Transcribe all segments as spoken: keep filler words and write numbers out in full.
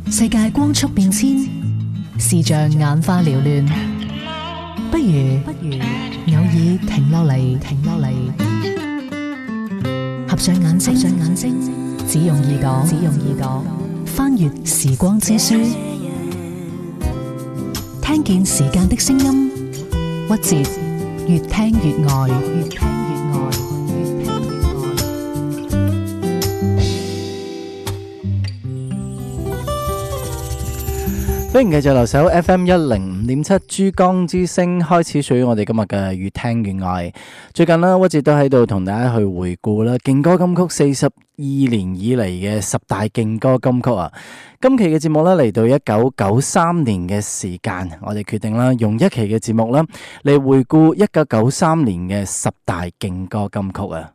世界光速變遷，視像眼花繚亂，不如不如偶爾停落嚟，停落嚟，合上眼睛，合上眼睛，只用耳朵，只用耳朵翻閱時光之書，聽見時間的聲音，屈折，越聽越愛，越聽越愛。 歡迎繼續留守 F M 一零五點七珠江之聲，開始屬於我哋今日嘅越聽越愛。最近呢，屈哲都喺度同大家去回顧啦，勁歌金曲四十二年以嚟嘅十大勁歌金曲啊！今期嘅節目呢，嚟到一九九三年嘅時間，我哋決定啦，用一期嘅節目啦嚟回顧一九九三年嘅十大勁歌金曲啊！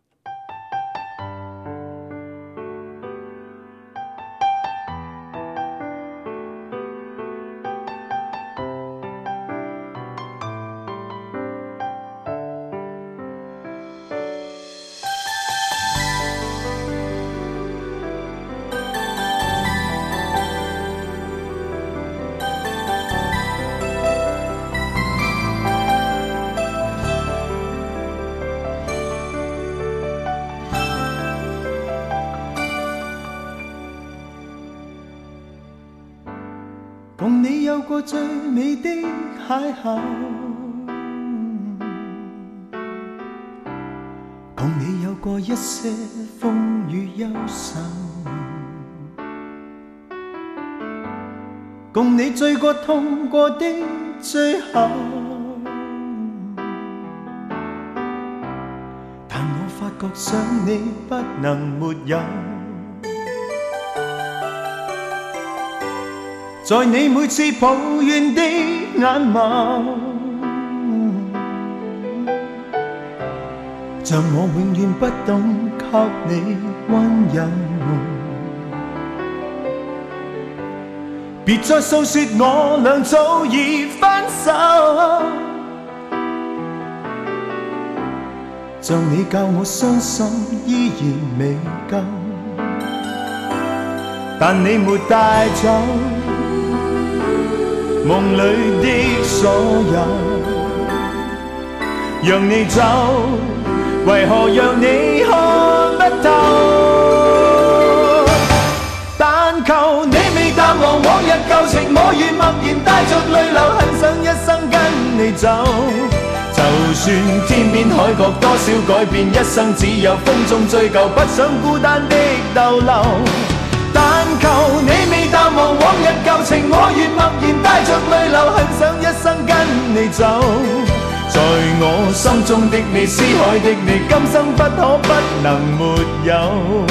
共你有過最美的邂逅，共你有過一些風雨憂愁，共你醉過痛過的最後，但我發覺想你不能沒有，在你每次抱怨的眼眸，像我永遠不懂給你溫柔，別再訴說我倆早已分手，像你教我傷心依然未夠，但你沒帶走夢裏的所有，讓你走，為何讓你看不透？但求你未淡忘往日舊情，我願默然帶着淚流，很想一生跟你走。就算天邊海角多少改變，一生只有風中追究，不想孤單的逗留。但求你未淡忘往日舊情，我願默然帶着淚流，很想一生跟你走。在我心中的你，思海的你，今生不可不能沒有。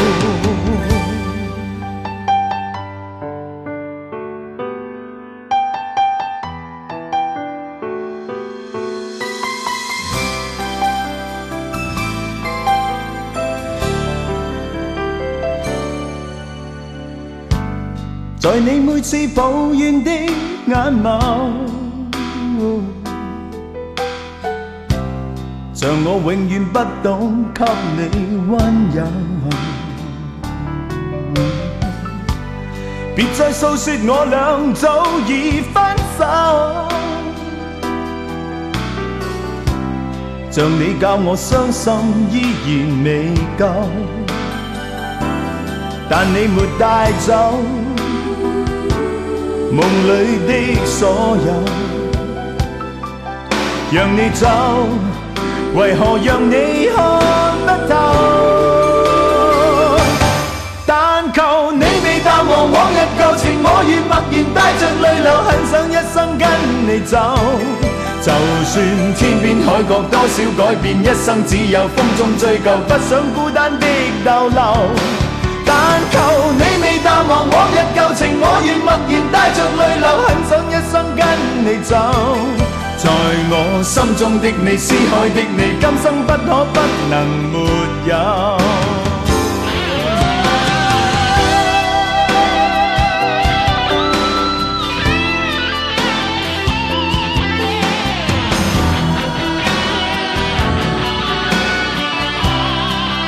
在你每次抱怨的眼眸，像我永遠不懂給你溫柔，別再訴說我倆早已分手，像你教我傷心依然未夠，但你沒帶走夢裏的所有，讓你走，為何讓你看不透？但求你未淡忘往日舊情，我願默然帶着淚流，很想一生跟你走。就算天邊海角多少改變，一生只有風中追究，不想孤單的逗留。但求你未淡忘往日舊情，我願默然帶着淚流，很想一生跟你走。在我心中的你，思海的你，今生不可不能沒有。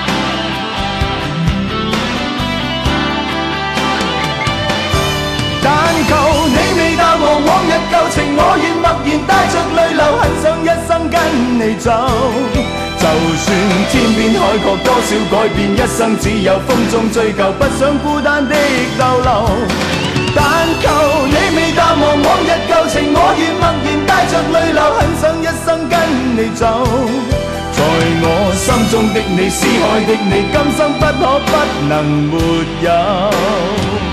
但我願默然帶着淚流，很想一生跟你走。就算天邊海角多少改變，一生只有風中追究，不想孤單的逗留。但求你未淡忘往日舊情，我願默然帶着淚流，很想一生跟你走。在我心中的你，思海的你，今生不可不能沒有。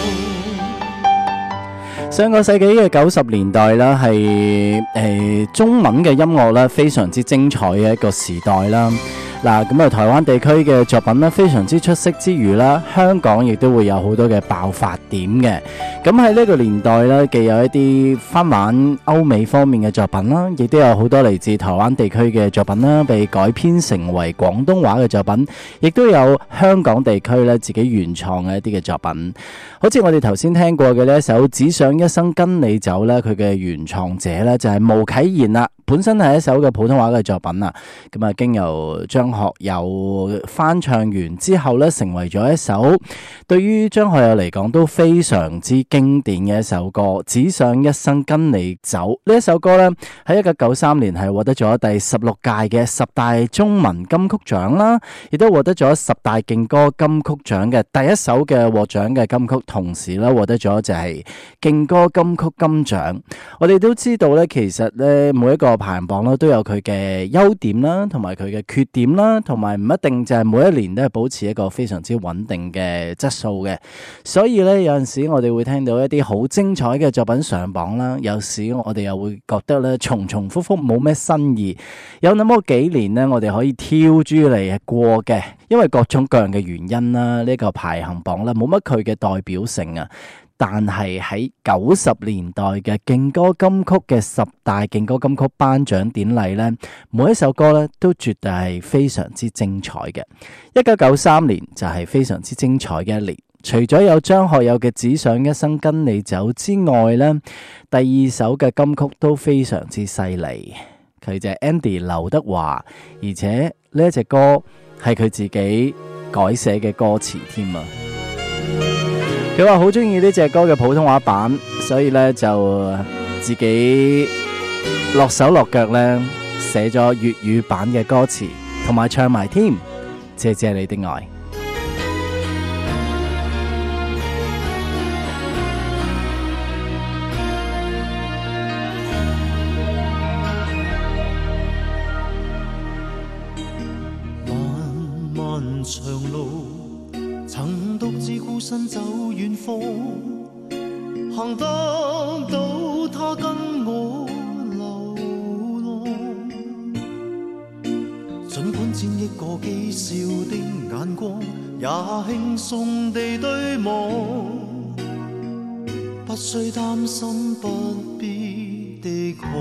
上個世紀嘅九十年代啦，係誒中文嘅音樂啦，非常之精彩嘅一個時代啦。嗱，咁啊，台灣地區嘅作品咧非常之出色之餘啦，香港亦都會有好多嘅爆發點嘅。咁喺呢個年代咧，既有一啲翻玩歐美方面嘅作品啦，亦都有好多嚟自台灣地區嘅作品啦，被改編成為廣東話嘅作品，亦都有香港地區咧自己原創嘅一啲嘅作品。好似我哋頭先聽過嘅呢一首《只想一生跟你走》咧，佢嘅原創者咧就係巫啟賢啦。本身係一首嘅普通話嘅作品啊，咁啊經由張學友翻唱完之後咧，成為咗一首對於張學友嚟講都非常之經典嘅一首歌《只想一生跟你走》。呢一首歌咧喺一九九三年係獲得咗第十六屆嘅十大中文金曲獎啦，亦都獲得咗十大勁歌金曲獎嘅第一首嘅獲獎嘅金曲，同時咧獲得咗就係勁歌金曲金獎。我哋都知道咧，其實咧每一個排行榜咧都有佢嘅優點啦，同埋佢嘅缺點啦，同埋唔一定就係每一年都係保持一個非常之穩定嘅質素嘅。所以咧有陣時我哋會聽到一啲好精彩嘅作品上榜啦，有時我哋又會覺得咧重重複複冇咩新意。有那麼幾年呢，我哋可以挑珠嚟過嘅，因為各種各樣嘅原因啦，呢個排行榜啦冇乜佢嘅代表性啊。但係喺九十年代嘅勁歌金曲嘅十大勁歌金曲頒獎典禮呢，每一首歌呢都絕對係非常之精彩嘅。一九九三年就係非常之精彩嘅一年，除咗有張學友嘅《只想一生跟你走》之外呢，第二首嘅金曲都非常之犀利，佢就係 Andy 劉德華，而且呢一隻歌係佢自己改寫嘅歌詞添啊！佢話好中意呢隻歌嘅普通話版，所以咧就自己落手落腳咧寫咗粵語版嘅歌詞，同埋唱埋添。謝謝你的愛。 漫漫長路，曾獨自孤身走遠方，行得到他跟我流浪。儘管沾一個譏笑的眼光，也輕鬆地對望，不需擔心，不必的看。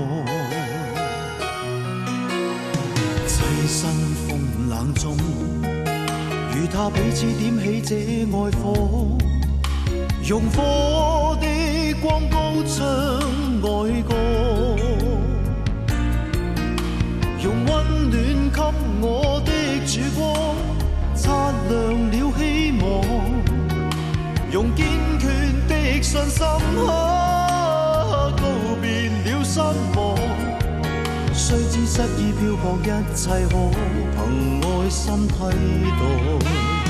棲身風冷中，與他彼此點起這愛火，用火的光高唱愛歌，用溫暖給我的曙光，擦亮了希望，用堅決的信心告別了失望。雖知失意漂泊，一切可憑愛心替代。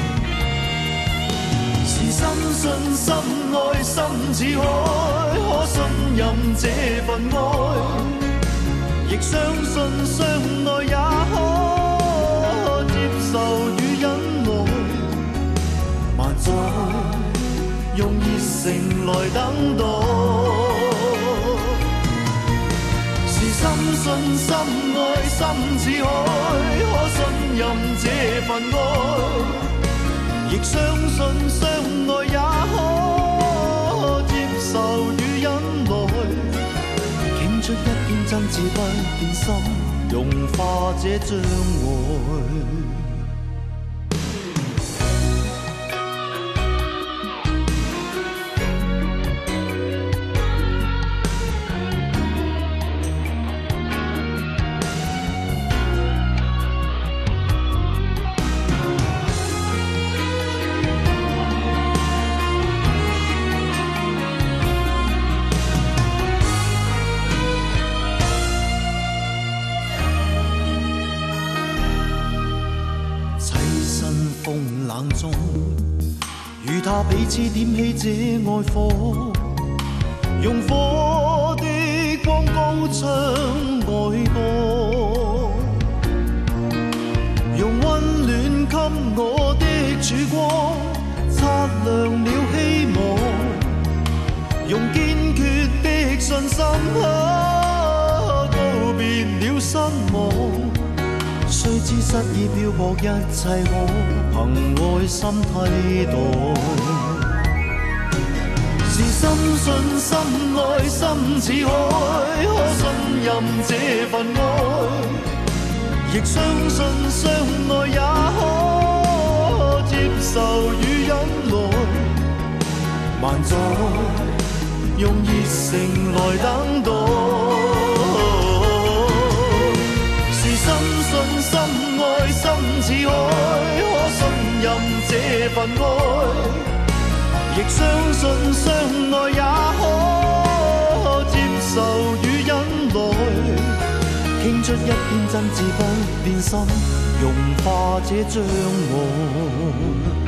是深信深愛心似海，可信任這份愛，亦相信相愛也可接受與忍耐。萬載用熱誠來等待。深信深愛心似海，可信任這份愛，亦相信相愛也可接受與忍耐。傾出一片真摯不變心，融化這障礙。 他彼此點起這愛火，用火的光高唱愛歌，用溫暖給我的曙光，擦亮了希望，用堅決的信心啊，告別了失望。雖知失意漂泊，一切可憑愛心替代。是深信深愛心似海，可信任這份愛，亦相信相愛也可接受與忍耐。萬載用熱誠來等待，是深信深愛心似海，可信任這份愛，亦相信相愛也可接受與忍耐，傾出一片真摯不變心，融化這障礙。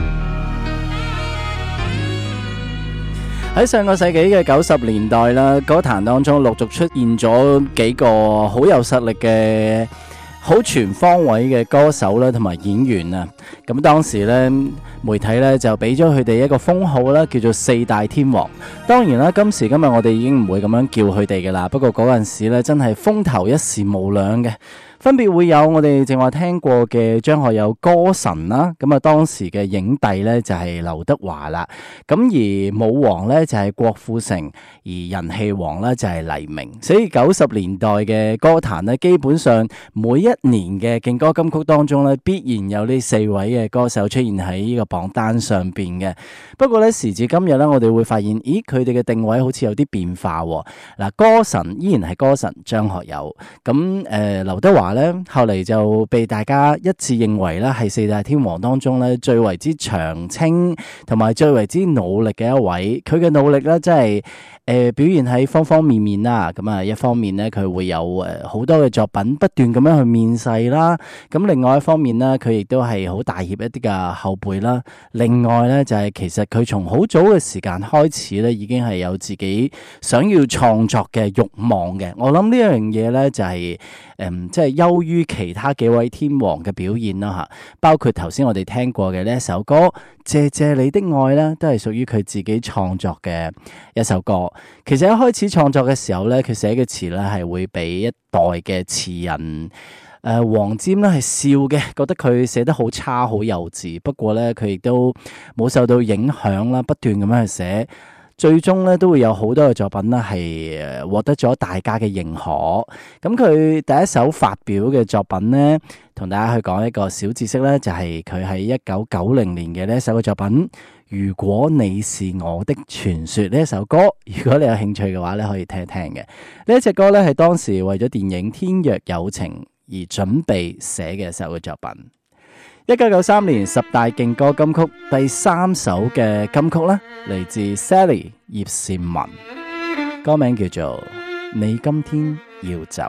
喺上個世紀嘅九十年代啦，歌壇當中陸續出現咗幾個好有實力嘅好全方位嘅歌手啦，同埋演員啊。咁當時咧，媒體咧就俾咗佢哋一個封號啦，叫做四大天王。當然啦，今時今日我哋已經唔會咁樣叫佢哋噶啦。不過嗰陣時咧，真係風頭一時無兩嘅。分別會有我哋正話聽過嘅張學友歌神啦，咁啊當時嘅影帝呢就係劉德華啦，咁而舞王呢就係郭富城，而人氣王呢就係黎明。所以九十年代嘅歌壇呢，基本上每一年嘅勁歌金曲當中呢，必然有呢四位嘅歌手出現喺呢個榜單上邊嘅。不過呢，時至今日呢，我哋會發現，咦，佢哋嘅定位好似有啲變化喎。嗱，歌神依然係歌神張學友，咁誒劉德華咧，後嚟就被大家一致認為咧係四大天王當中咧最為之長青同埋最為之努力嘅一位。佢嘅努力咧真係誒表現喺方方面面啦。咁啊，一方面咧佢會有誒好多嘅作品不斷咁樣去面世啦。咁另外一方面咧，佢亦都係好大協一啲嘅後輩啦。另外咧就係其實佢從好早嘅時間開始咧，已經係有自己想要創作嘅慾望嘅。我諗呢樣嘢咧就係、是。誒，即係優於其他幾位天王嘅表現啦嚇，包括頭先我哋聽過嘅呢一首歌《謝謝你的愛》咧，都係屬於佢自己創作嘅一首歌。其實一開始創作嘅時候咧，佢寫嘅詞咧係會俾一代嘅詞人誒黃霑咧係笑嘅，覺得佢寫得好差好幼稚。不過咧，佢亦都冇受到影響啦，不斷咁樣去寫。最終咧都會有好多嘅作品咧係獲得咗大家嘅認可。咁佢第一首發表嘅作品呢，同大家去講一個小知識咧，就係佢喺一九九零年嘅呢一首嘅作品《如果你是我的傳說》呢一首歌。如果你有興趣嘅話咧，可以聽一聽嘅。呢一隻歌咧係當時為咗電影《天若有情》而準備寫嘅一首嘅作品。一九九三年十大勁歌金曲第三首嘅金曲呢，嚟自 Sally 葉倩文，歌名叫做《你今天要走》。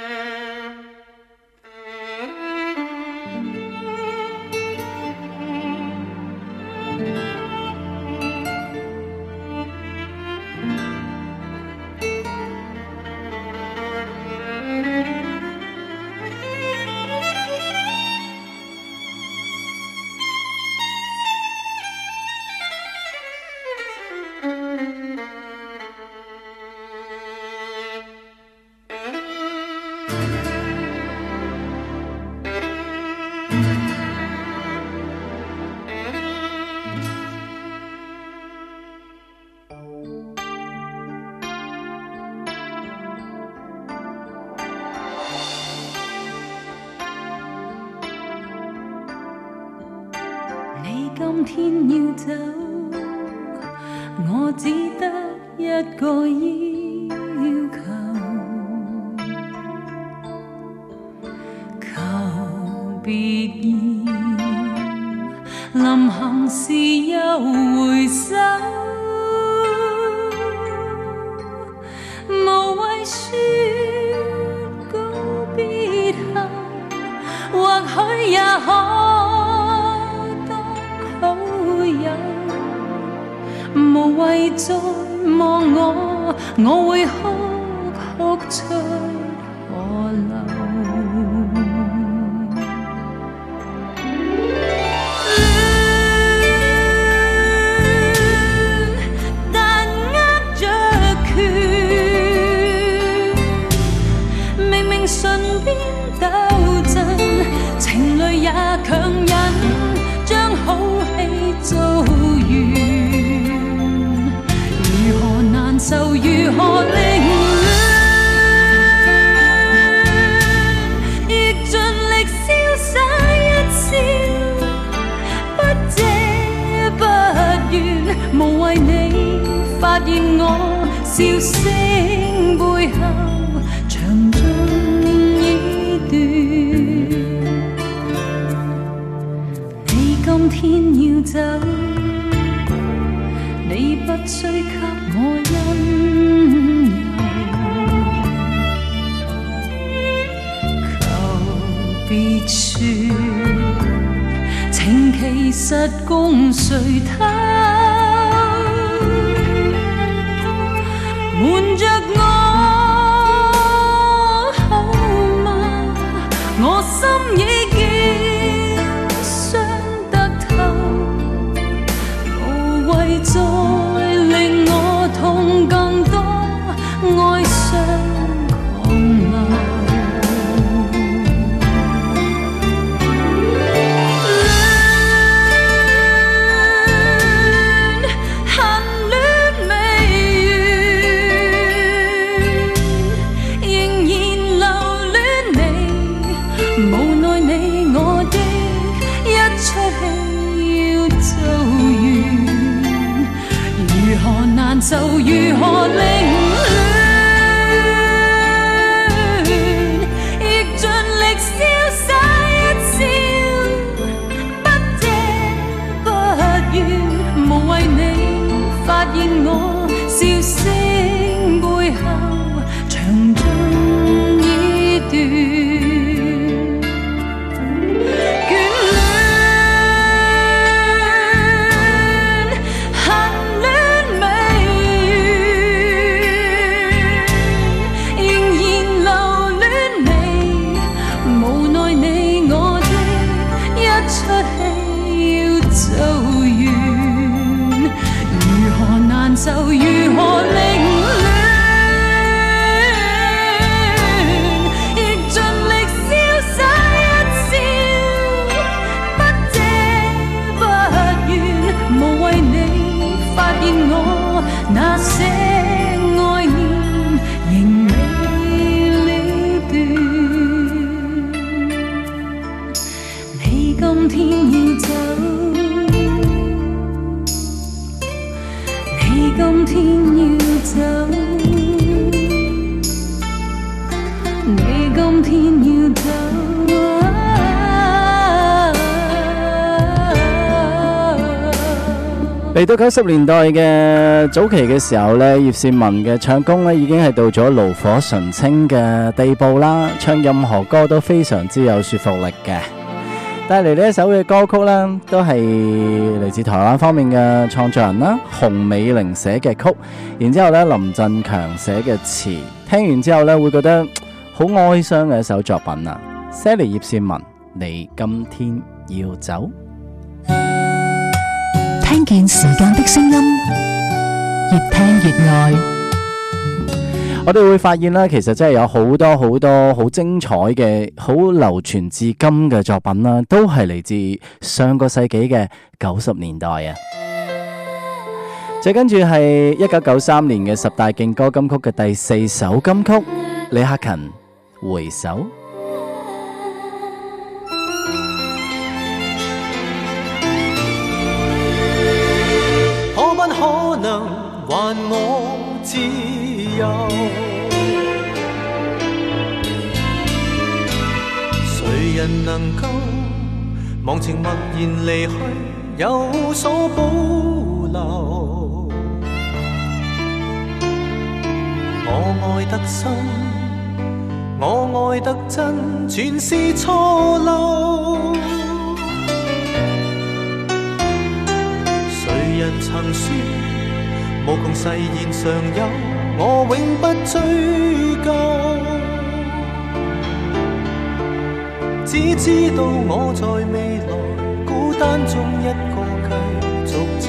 今天要走，我只得一個要求，求別要臨行時又回首，無謂說告別後，或許也可無謂再望我，我會哭哭出河流。但握着拳，明明唇邊抖震，情淚也強忍，將好戲做完。如何難受，如何凌亂，亦盡力瀟灑一笑，不謝不怨，無謂你發現我笑聲背後長進已斷。你今天要走，你不需給我溫柔，求別說，情其實共誰偷，瞞着我好嗎？我心已經傷得透，無謂再令我痛更多，愛上狂流。戀恨戀未完，仍然留戀你，無奈你我的一出戲要做完。如何難受，如何凌亂，亦盡力瀟灑一笑，不謝不怨，無謂你發現我笑聲背後長進已斷。就如何凌亂，亦盡力瀟灑一笑，不謝不怨，無謂你發現我那些愛念仍未了斷。你今天要走，今天要走，你今天要走。 嚟到九十年代嘅早期嘅時候呢，葉倩文嘅唱功呢已經係到咗爐火純青嘅地步啦，唱任何歌都非常之有說服力嘅。帶嚟呢一首嘅歌曲呢，都係嚟自台灣方面嘅創作人啦，洪美玲寫嘅曲，然之後呢林振強寫嘅詞，聽完之後呢會覺得好哀傷嘅一首作品啊。Sally 葉倩文，你今天要走， 聽見時間的聲音，越聽越愛。 我哋會發現啦，其實真係有好多好多好精彩嘅、好流傳至今嘅作品啦，都係嚟自上個世紀嘅九十年代啊。再跟住係一九九三年嘅十大勁歌金曲嘅第四首金曲，李克勤《回首》。 可不可能還我自由？誰人能夠忘情默然離去，有所保留？我愛得深，我愛得真，全是錯漏。誰人曾說無窮誓言常有，我永不追究。只知道我在未來孤單中一個繼續走。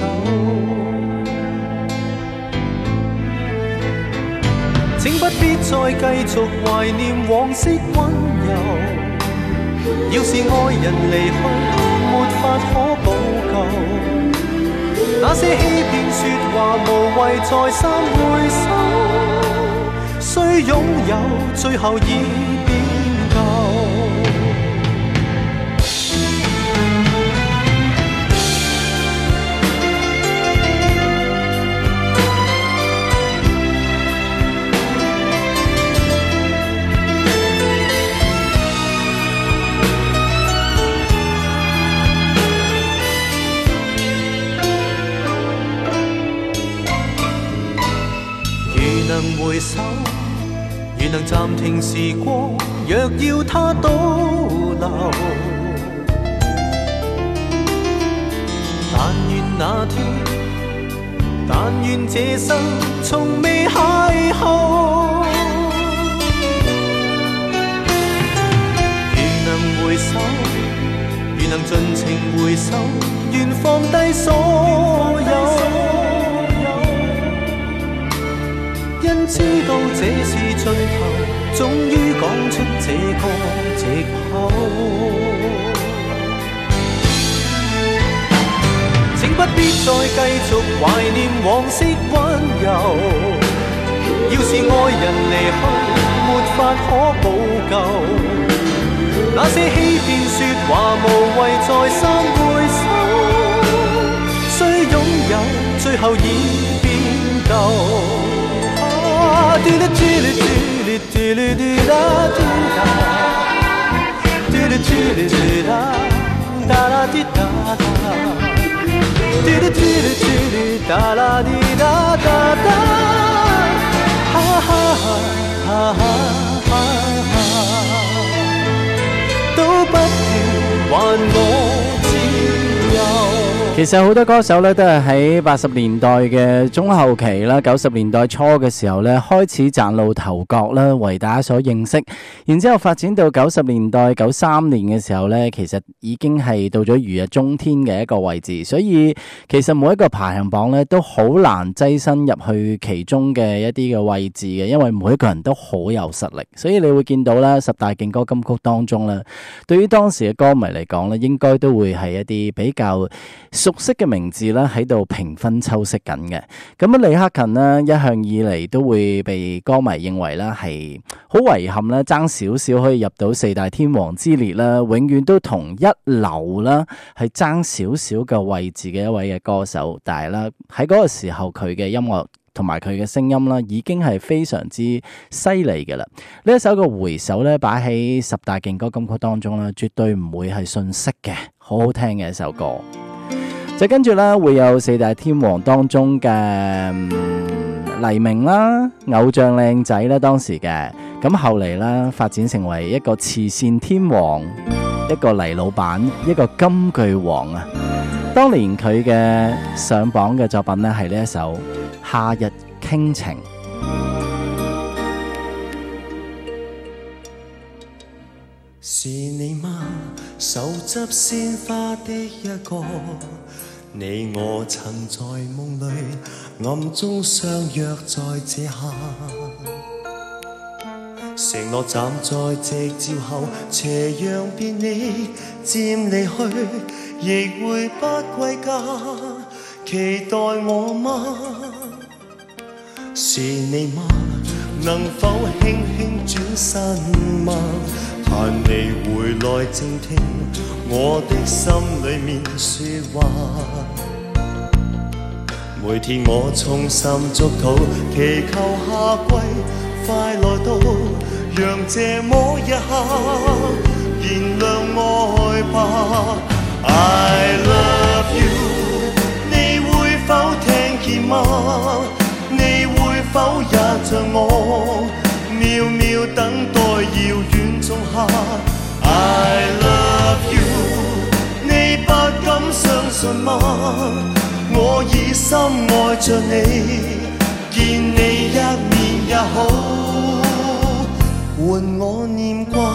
請不必再繼續懷念往昔溫柔。要是愛人離去，沒法可補救。那些欺騙說話無謂再三回首，雖擁有最後已變舊。回首，如能暫停時光，若要它倒流，但願那天，但願這生從未邂逅。如能回首，如能盡情回首，願放低所有。因知道這是最後，終於講出這個藉口。請不必再繼續懷念往昔溫柔。要是愛人離去，沒法可補救。那些欺騙說話無謂再三回首，雖擁有最後已變舊。嘟嚕嘟嚕嘟嚕嘟嚕嘟啦嘟啦，嘟嚕嘟嚕嘟啦哒啦滴哒，嘟嚕嘟嚕嘟嚕哒啦滴哒哒哒，哈哈哈哈哈哈，都不如還我自由。 其實好多歌手咧都係喺八十年代嘅中後期啦，九十年代初嘅時候咧開始嶄露頭角啦，為大家所認識。然之後發展到九十年代九三年嘅時候咧，其實已經係到咗如日中天嘅一個位置。所以其實每一個排行榜咧都好難躋身入去其中嘅一啲嘅位置嘅，因為每一個人都好有實力。所以你會見到啦，十大勁歌金曲當中咧，對於當時嘅歌迷嚟講咧，應該都會係一啲比較熟悉嘅名字啦，喺度平分秋色緊嘅。咁啊，李克勤呢，一向以嚟都會被歌迷認為啦係好遺憾啦，爭少少可以入到四大天王之列啦，永遠都同一流啦係爭少少嘅位置嘅一位嘅歌手。但係啦喺嗰個時候佢嘅音樂同埋佢嘅聲音啦，已經係非常之犀利嘅啦。呢一首嘅回首咧，擺喺十大勁歌金曲當中啦，絕對唔會係遜色嘅，好好聽嘅一首歌。就跟住啦，會有四大天王當中嘅、嗯、黎明啦，偶像靚仔啦，當時嘅咁後嚟啦，發展成為一個慈善天王，一個黎老闆，一個金句王啊！當年佢嘅上榜嘅作品呢，係呢一首《夏日傾情》。 是你嗎？手執鮮花的一個。你我曾在夢裏暗中相約在這刻，承諾站在夕照後斜陽變你漸離去，亦會不歸家，期待我嗎？是你嗎？能否輕輕轉身嗎？盼你回來靜聽我的心裏面說話，每天我衷心祝禱，祈求夏季快來到，讓這麼一刻燃亮愛吧。I love you， 你會否聽見嗎？你會否也像我，渺渺等待遙遠仲夏。I love you， 你不敢相信嗎？我我已深愛着你，見你一面也好，換我念掛。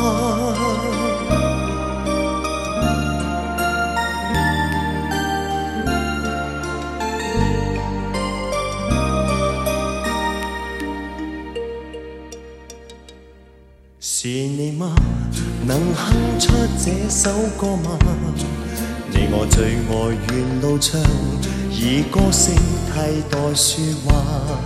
是你嗎？能哼出這首歌嗎？你我最愛沿路唱，以歌聲替代說話。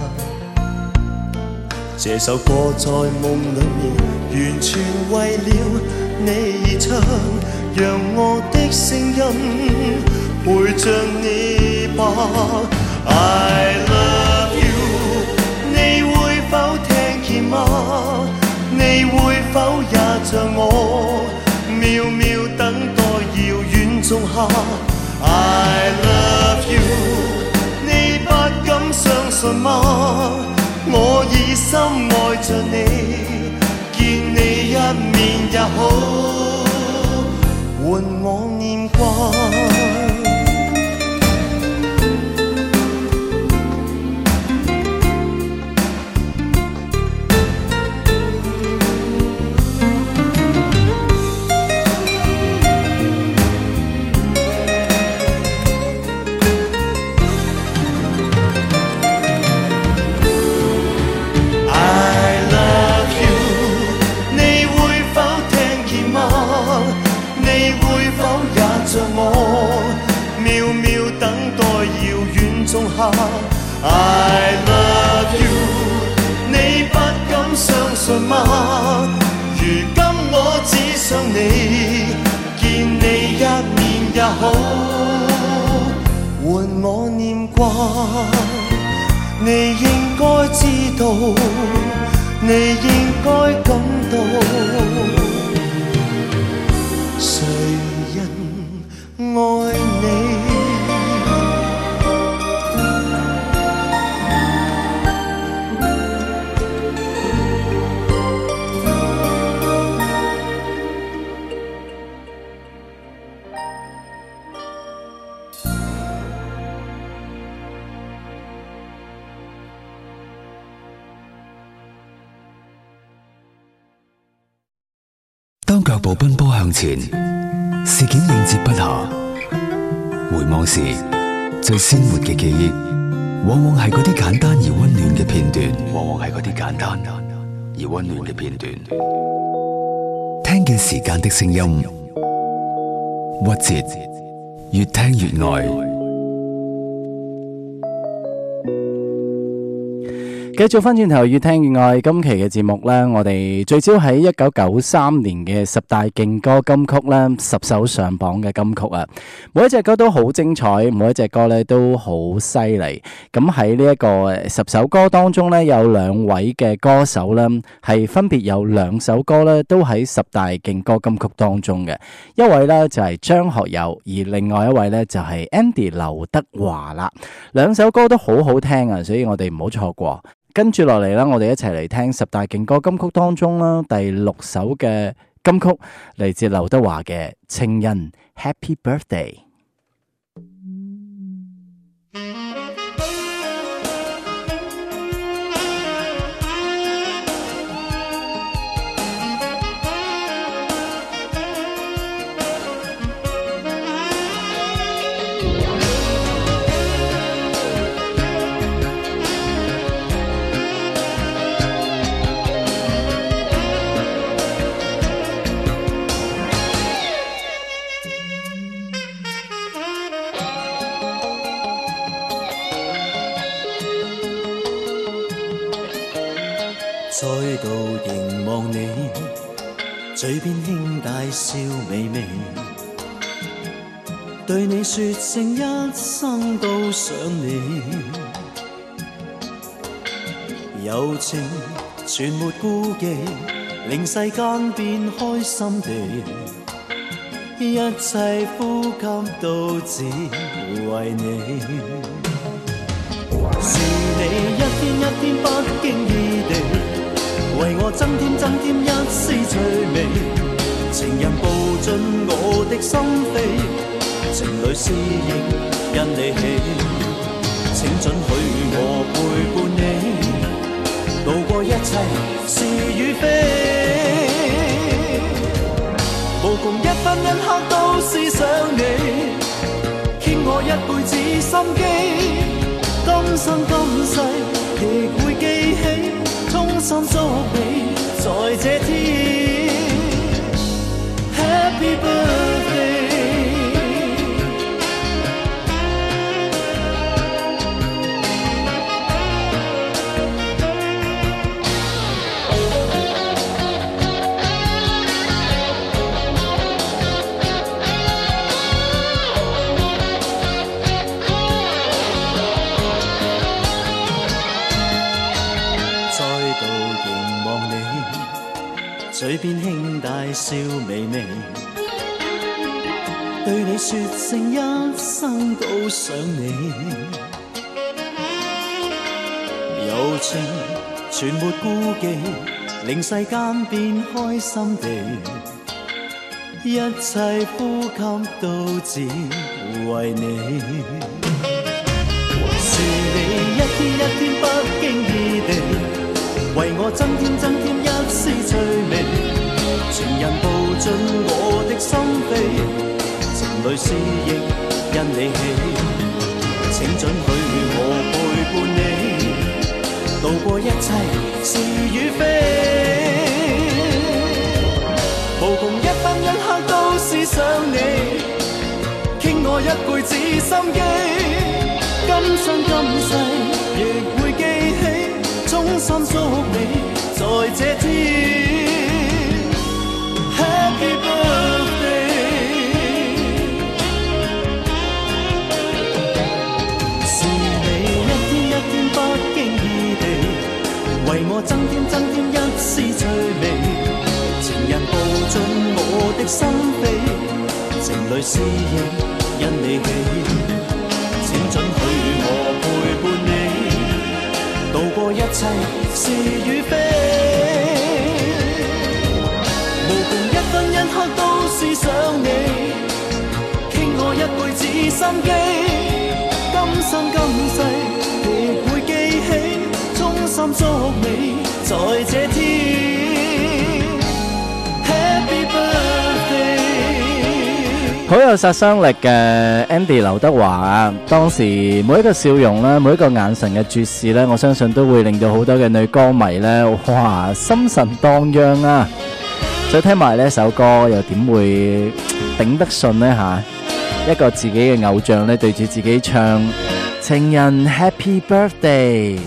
這首歌在夢裏面，完全為了你而唱，讓我的聲音陪着你吧。I love you， 你會否聽見嗎？你會否也像我，秒秒等待遙遠仲夏 I love you， 你不敢相信嗎？我已深愛着你，見你一面也好，換我念掛。I love you， 你不敢相信嗎？如今我只想你，見你一面也好，換我念掛。你應該知道，你應該感到，誰人愛你？ 當腳步奔波向前，事件應接不暇。回望時，最鮮活嘅記憶，往往係嗰啲簡單而溫暖嘅片段，往往係嗰啲簡單而溫暖嘅片段。聽見時間的聲音，曲折，越聽越愛。 繼續翻轉頭越聽越愛，今期嘅節目呢，我哋聚焦喺一九九三年嘅十大勁歌金曲啦，十首上榜嘅金曲啊，每一隻歌都好精彩，每一隻歌呢都好犀利。咁喺呢一個十首歌當中呢，有兩位嘅歌手呢，係分別有兩首歌呢都喺十大勁歌金曲當中嘅。一位呢就係張學友，而另外一位呢就係 Andy 劉德華啦。兩首歌都好好聽啊，所以我哋唔好錯過。跟住落嚟啦，我哋一齊嚟聽十大勁歌金曲當中啦，第六首嘅金曲嚟自劉德華嘅《情人 Happy Birthday》。 再度凝望你，嘴邊輕帶笑微微，對你說聲一生都想你，柔情全沒顧忌，令世間變開心地，一切呼吸都只為你，是你一天一天不經意地為我增添增添一絲趣味，情人步進我的心扉，情侶思憶因你起， 請准許我陪伴你，渡過一切是與非。無窮一分一刻都思想你，傾我一輩子心機。今生今世亦會記起，衷心祝你在這天 Happy birthday。嘴邊輕帶笑微微，對你說聲一生都想你，柔情全沒顧忌，令世間變開心地，一切呼吸都只為你。是你一天一天不經意地為我增添增添一絲趣味，情人步進我的心扉，情淚思憶因你起，請准許我陪伴你，渡過一切是與非。無窮一分一刻都思想你，傾我一輩子心機，今生今世亦會記起，衷心祝你在這天 Happy birthday。 是你一天一天不經意地為我增添增添一絲趣味，情人步進我的心扉，情淚思憶因你起，請准許我陪伴你，渡過一切是與非。無窮一分一刻都思想你，傾我一輩子心機，今生今世亦會記起，衷心祝你在這天 Happy birthday。 好有殺傷力嘅 Andy 劉德華啊！當時每一個笑容咧，每一個眼神嘅注視咧，我相信都會令到好多嘅女歌迷咧，哇，心神蕩漾啊！再聽埋呢首歌，又點會頂得順呢？吓？一個自己嘅偶像咧，對住自己唱情人 Happy Birthday，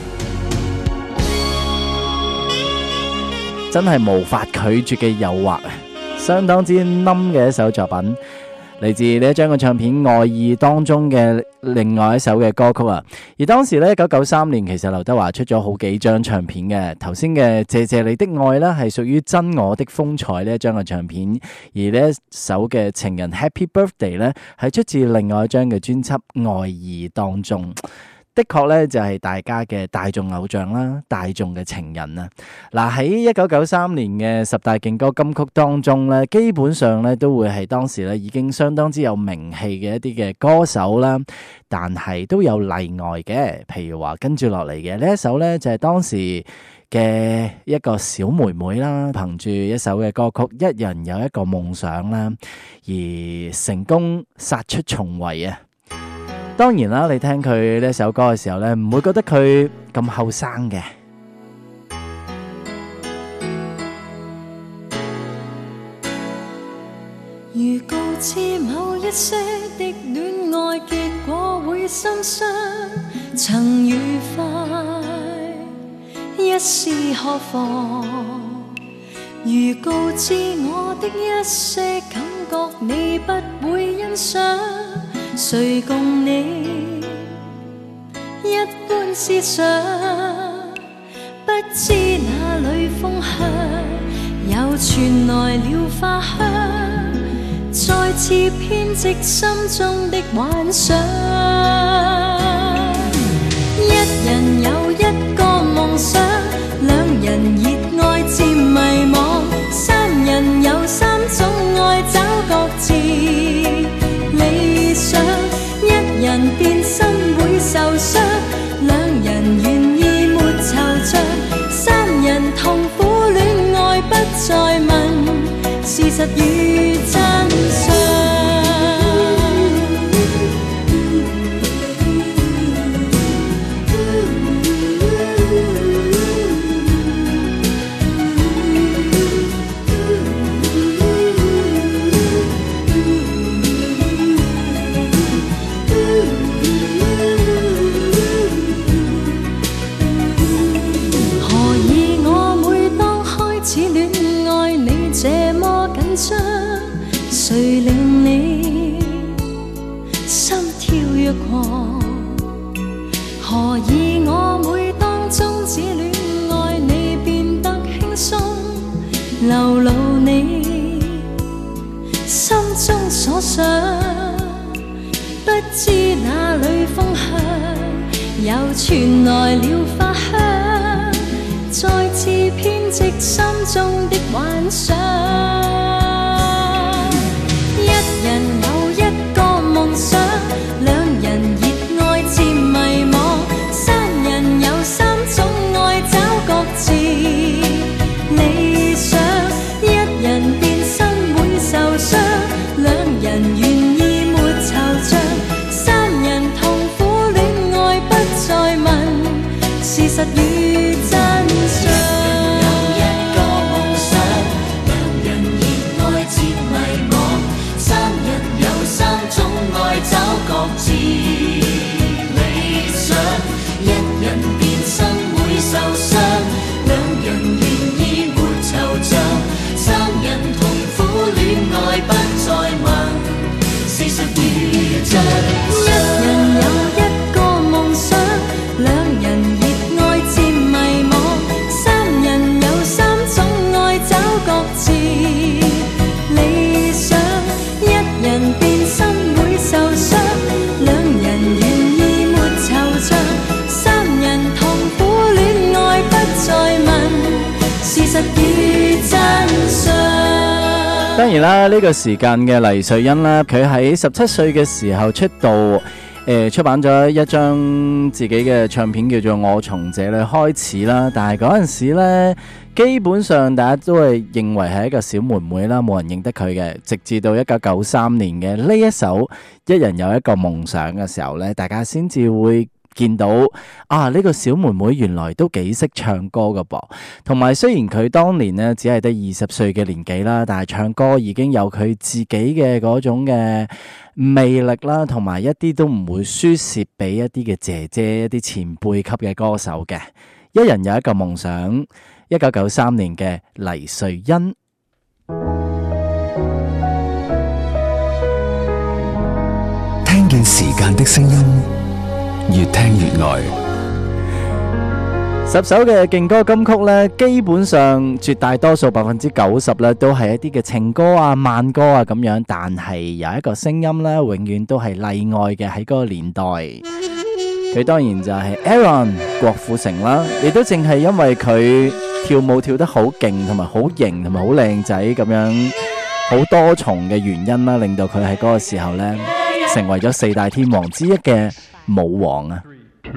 真係無法拒絕嘅誘惑啊！相當之冧嘅一首作品。嚟自呢一張嘅唱片《愛意》當中嘅另外一首嘅歌曲啊，而當時咧一九九三年，其實劉德華出咗好幾張唱片嘅，頭先嘅《謝謝你的愛》咧係屬於真我的風采呢一張嘅唱片，而呢一首嘅情人 Happy Birthday 咧係出自另外一張嘅專輯《愛意》當中。的確咧就係大家嘅大眾偶像啦，大眾嘅情人啊！嗱，喺一九九三年嘅十大勁歌金曲當中咧，基本上咧都會係當時咧已經相當之有名氣嘅一啲嘅歌手啦，但係都有例外嘅，譬如話跟住落嚟嘅呢一首咧就係當時嘅一個小妹妹啦，憑住一首嘅歌曲《一人有一個夢想》啦，而成功殺出重圍啊！當然啦，你聽佢呢首歌嘅時候咧，唔會覺得佢咁後生嘅。 如告知某一些的戀愛結果會心傷，曾愉快一試何妨？如告知我的一些感覺你不會欣賞，誰共你一般思想？不知哪裏風香，又傳來了花香，再次編織心中的幻想。一人有一個夢想，兩人熱愛漸迷惘，三人有三種愛找各自理想，一人變心會受傷。 與真相。誰令你心跳躍狂？何以我每當終止戀愛，你變得輕鬆，流露你心中所想？不知哪裏風向，又傳來了花香，再次編織心中的幻想。一人有一個夢想，兩人熱愛漸迷惘，三人有三種愛找各自理想。一人變身會受傷，兩人願意沒惆悵，三人痛苦戀愛不再問事實與真相。找各自理想，一人變身會受傷，兩人願意沒惆悵，三人痛苦戀愛不再問事實與真相。一人有一個夢想，兩人熱愛漸迷惘，三人有三種愛找各自理想，一人變身受傷，兩人願意沒惆悵，三人痛苦戀愛不再問事實與真相。 當然啦，呢、這個時間嘅黎瑞恩啦，佢喺十七歲嘅時候出道，誒、呃、出版咗一張自己嘅唱片叫做《我從這裏開始》啦。但係嗰陣時呢，基本上大家都係認為係一個小妹妹啦，冇人認得佢嘅。直至到一九九三年嘅呢一首《一人有一個夢想》嘅時候呢，大家先至會見到啊，呢個小妹妹原來都幾識唱歌㗎噃。同埋雖然佢當年呢只係得二十歲嘅年紀啦，但係唱歌已經有佢自己嘅嗰種嘅魅力啦，同埋一啲都唔會輸蝕俾一啲嘅姐姐、一啲前輩級嘅歌手嘅。一人有一個夢想，一九九三年嘅黎瑞恩。 聽見時間的聲音，越聽越愛。 十首嘅勁歌金曲呢，基本上絕大多數百分之九十呢都係一啲嘅情歌啊、慢歌啊咁樣，但係有一個聲音呢，永遠都係例外嘅喺嗰個年代。佢當然就係 Aaron 郭富城啦，亦都淨係因為佢跳舞跳得好勁，同埋好型，同埋好靚仔咁樣，好多重嘅原因啦，令到佢喺嗰個時候呢，成為咗四大天王之一嘅舞王啊！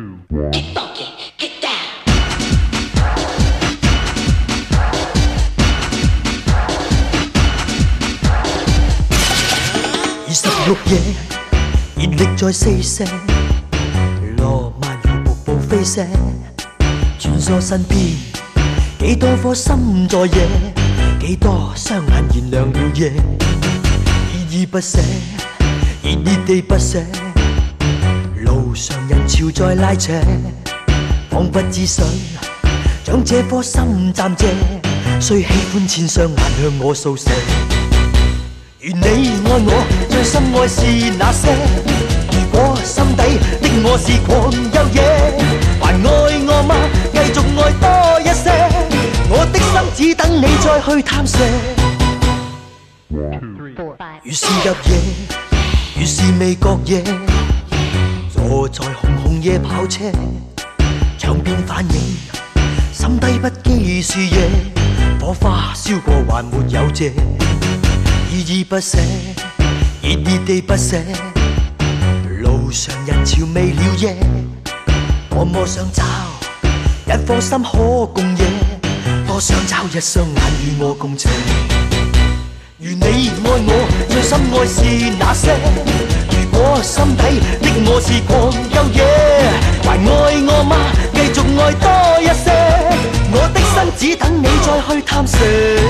二十六夜，熱力在四射，羅曼如瀑布飛射，穿梭身邊，幾多顆心在野，幾多雙眼燃亮了夜，依依不捨，熱熱地不捨，路上人潮在拉扯，彷不知想將這顆心暫借，雖喜歡千雙眼向我訴說。願你愛我，最深愛是那些。如果心底的我是狂又野，還愛我嗎？繼續愛多一些。我的心只等你再去探射。越是入夜，越是未覺夜，坐在紅紅夜跑車，窗邊反映心底不羈是夜，火花燒過還沒有謝。依依不捨，熱熱地不捨，路上人潮未了夜，多麼想找一顆心可共夜，多想找一雙眼與我共情。 如你愛我，最深愛是那些。如果心底的我是狂又野，還愛我嗎？繼續愛多一些。我的心只等你再去探索。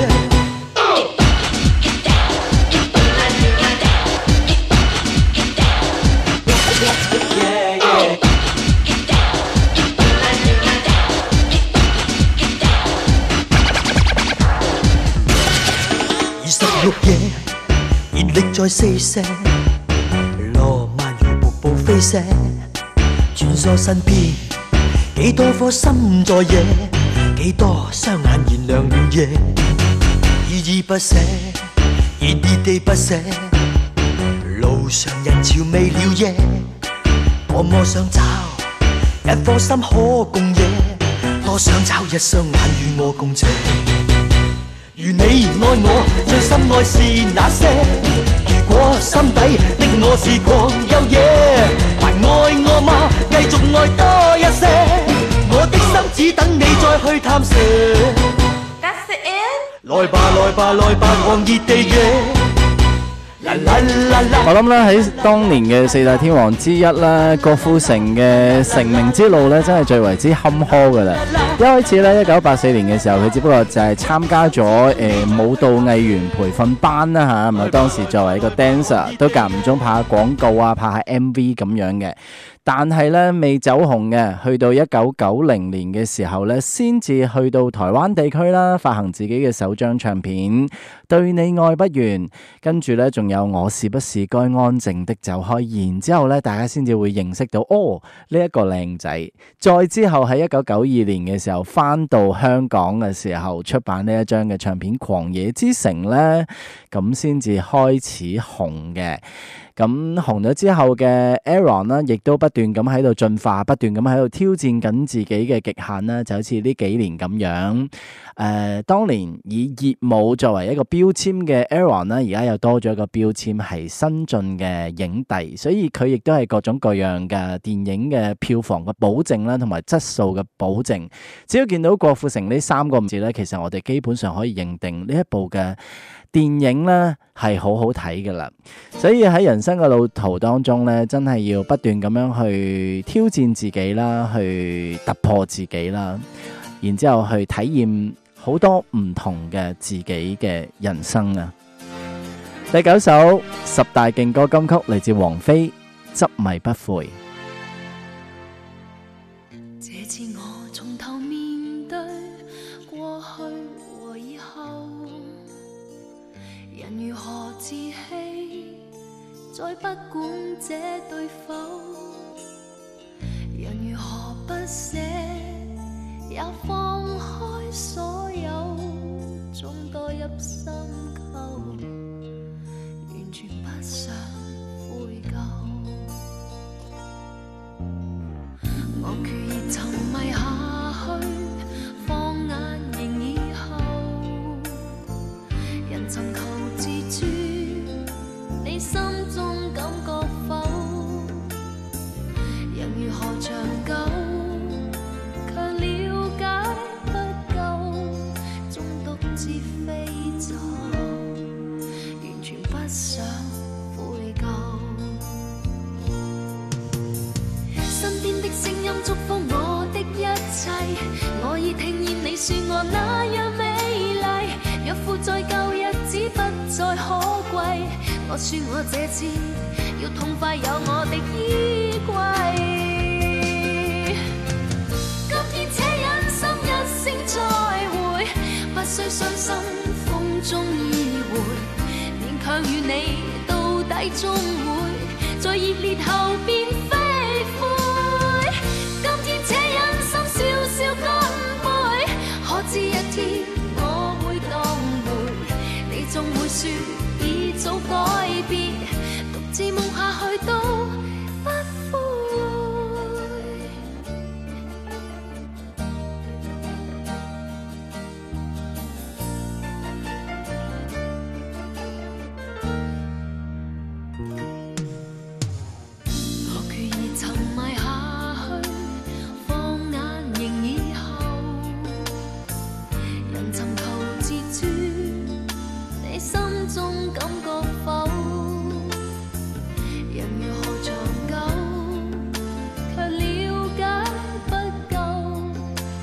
二十六夜，熱力在四射，羅曼如瀑布飛瀉，穿梭身邊，幾多顆心在野，幾多雙眼燃亮了夜，依依不捨，熱熱地不捨，路上人潮未了夜，多麼想找一顆心可共野，多想找一雙眼與我共斜。如你愛我，最深愛是那些。如果心底的我是狂又野，還愛我嗎？繼續愛多一些。我的心只等你再去探索。 That's the end。 來吧來吧來吧，狂熱地野。 我諗咧喺當年嘅四大天王之一咧，郭富城嘅成名之路咧，真係最為之坎坷噶啦。一開始咧，一九八四年嘅時候，佢只不過就係參加咗誒、呃、舞蹈藝員培訓班啦嚇，咁啊當時作為一個 dancer， 都間唔中拍下廣告啊，拍下 M V 咁樣嘅。但係咧未走紅嘅，去到一九九零年嘅時候咧，先至去到台灣地區啦，發行自己嘅首張唱片《對你愛不完》，跟住咧仲有我是不是該安靜的走開，然之後咧大家先至會認識到哦呢一個靚仔。再之後喺一九九二年嘅時候翻到香港嘅時候出版呢一張嘅唱片《狂野之城》咧，咁先至開始紅嘅。咁紅咗之後嘅 Aaron 啦，亦都不斷咁喺度進化，不斷咁喺度挑戰緊自己嘅極限啦，就好似呢幾年咁樣。誒、呃，當年以熱舞作為一個標籤嘅 Aaron 啦，而家又多咗一個標籤係新晉嘅影帝，所以佢亦都係各種各樣嘅電影嘅票房嘅保證啦，同埋質素嘅保證。只要見到郭富城呢三個字咧，其實我哋基本上可以認定呢一部嘅電影咧係好好睇噶啦，所以喺人生嘅路途當中咧，真係要不斷咁樣去挑戰自己啦，去突破自己啦，然之後去體驗好多唔同嘅自己嘅人生啊！第九首十大勁歌金曲嚟自王菲，執迷不悔。 這次我從頭面對過去和以後，人如何自欺，再不管這對否，人如何不捨，也放開所有，終墮入深溝，完全不想悔疚。我決意沉迷下去，放眼仍以後，人尋求自主，你心中感覺否？人如何長久，卻了解不夠，終獨自飛走，完全不想悔疚。身邊的聲音祝福我的一切，我已聽見你說我那樣美麗，若負在舊日子不再可貴，我說我這次要痛快有我的衣櫃。今天且忍心一聲再會，不需傷心風中依回，勉強與你到底終會在熱烈後變飛灰。今天且忍心笑笑乾杯，可知一天我會當回，你總會說已早改變，獨自夢下去都不悔。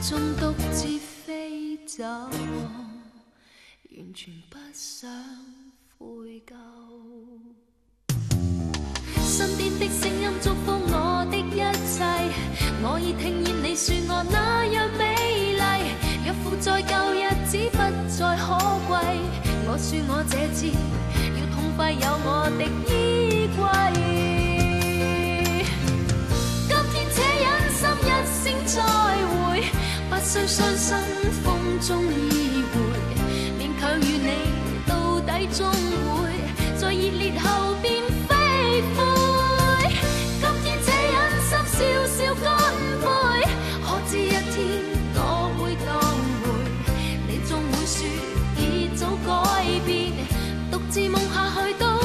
中獨自飛走，完全不想悔疚。身邊的聲音祝福我的一切，我已聽見你說我那樣美麗。若負在舊日子不再可貴，我說我這次要痛快有我的衣櫃。今天且忍心一聲再會，不需傷心風中依偎，勉強與你到底終會在熱烈後變飛灰。今天且忍心少少乾杯，可知一天我會當回，你總會說已早改變，獨自夢下去都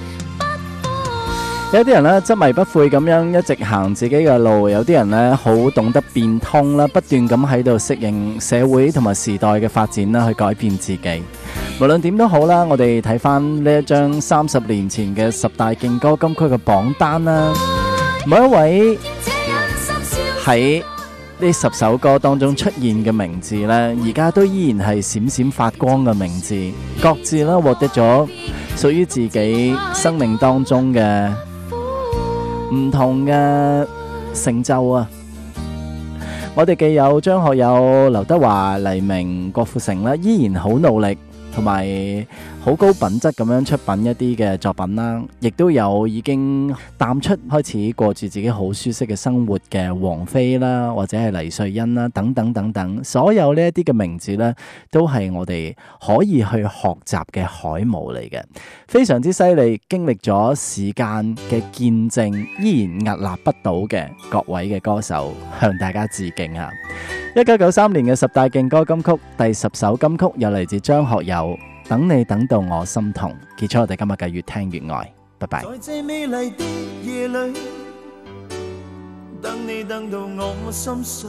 有啲人咧執迷不悔咁樣一直行自己嘅路，有啲人咧好懂得變通啦，不斷咁喺度適應社會同埋時代嘅發展啦，去改變自己。無論點都好啦，我哋睇翻呢一張三十年前嘅十大勁歌金曲嘅榜單啦，每一位喺呢十首歌當中出現嘅名字呢，而家都依然係閃閃發光嘅名字，各自啦獲得咗屬於自己生命當中嘅唔同嘅成就啊！我哋既有張學友、劉德華、黎明、郭富城啦，依然好努力同埋好高品質咁樣出品一啲嘅作品啦，亦都有已經淡出開始過住自己好舒適嘅生活嘅王菲啦，或者係黎瑞恩啦，等等等等，所有呢一啲嘅名字呢，都係我哋可以去學習嘅楷模嚟嘅，非常之犀利。經歷咗時間嘅見證，依然屹立不倒嘅各位嘅歌手，向大家致敬啊！一九九三年嘅十大勁歌金曲第十首金曲又嚟自張學友，等你等到我心痛。結束我哋今日嘅越聽越愛，拜拜。 在這美麗的夜裏，等你等到我心碎，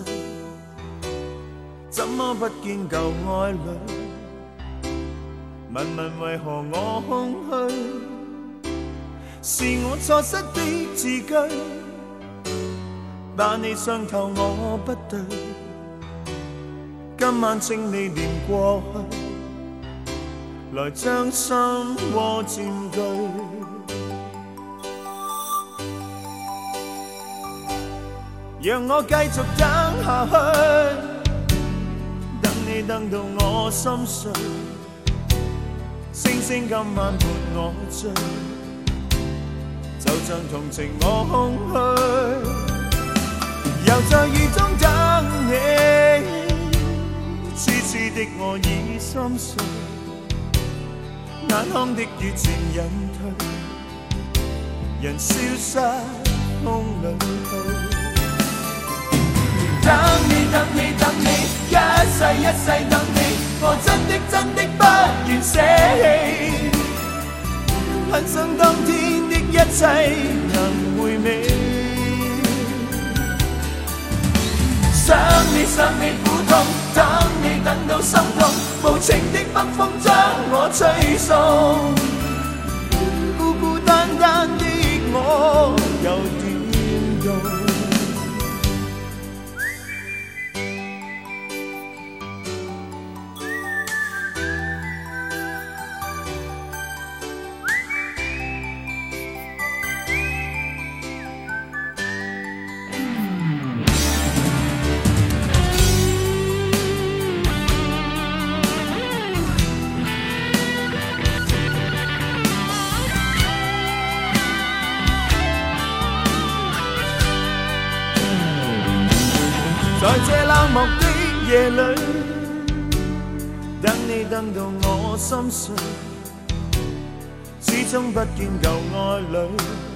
怎麼不見舊愛侶？問問為何我空虛？是我錯失的字句，把你傷透我不對。今晚請你念過去，來將心窩佔據。讓我繼續等下去，等你等到我心碎，星星今晚伴我醉，就像同情我空虛，又在雨中等你。痴痴的我已心碎，眼眶的雨漸隱退，人消失風裏去。等你等你等你，一世一世等你，我真的真的不願捨棄，很想當天的一切能回味。想你想你苦痛，等你等到心痛，無情的北風將我吹送，孤孤單單的我又點用？在這冷漠的夜裏，等你等到我心碎，始終不見舊愛侶，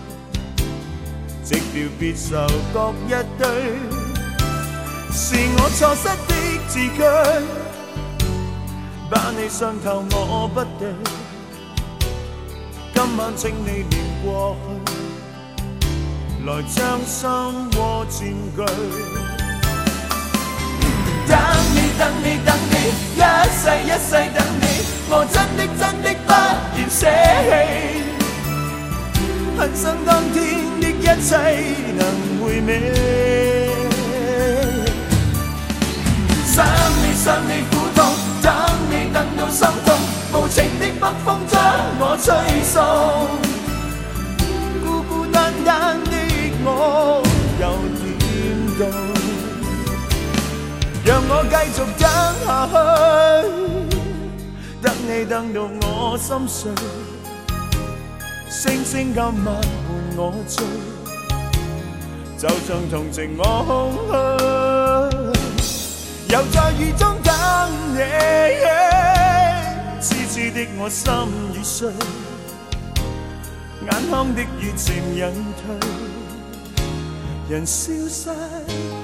寂寥別愁各一堆，是我錯失的字句，把你傷透我不對，今晚請你念過去，來將心窩佔據。等你等你等你，一世一世等你，我真的真的不願捨棄，很想當天的一切能回味。 想你苦痛，等你等到心痛，無情的北風將我吹送，孤孤單單的我又點懂？讓我繼續等下去，等你等到我心碎，星星今晚伴我醉，就像同情我空虛，又在雨中等你，痴痴的我心已碎，眼眶的雨漸隱退，人消失。